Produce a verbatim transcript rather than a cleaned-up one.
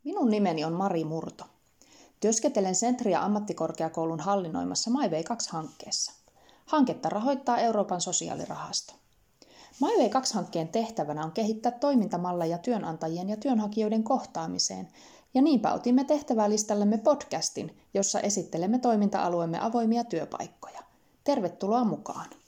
Minun nimeni on Mari Murto. Työskentelen Sentria ammattikorkeakoulun hallinnoimassa MyWay kaksi-hankkeessa. Hanketta rahoittaa Euroopan sosiaalirahasto. MyWay kaksi-hankkeen tehtävänä on kehittää toimintamalleja työnantajien ja työnhakijoiden kohtaamiseen, ja niinpä otimme tehtävälistallemme podcastin, jossa esittelemme toiminta-alueemme avoimia työpaikkoja. Tervetuloa mukaan!